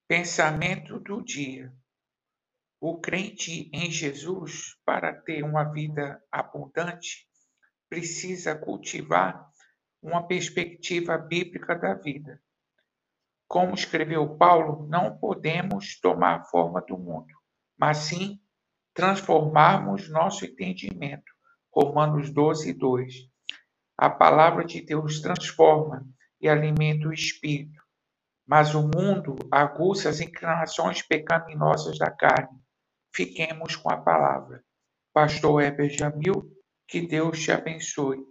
Pensamento do dia. O crente em Jesus, para ter uma vida abundante, precisa cultivar uma perspectiva bíblica da vida. Como escreveu Paulo, não podemos tomar a forma do mundo, mas sim transformarmos nosso entendimento. Romanos 12, 2. A palavra de Deus transforma e alimenta o espírito, mas o mundo aguça as inclinações pecaminosas da carne. Fiquemos com a palavra. Pastor Heber Jamil, que Deus te abençoe.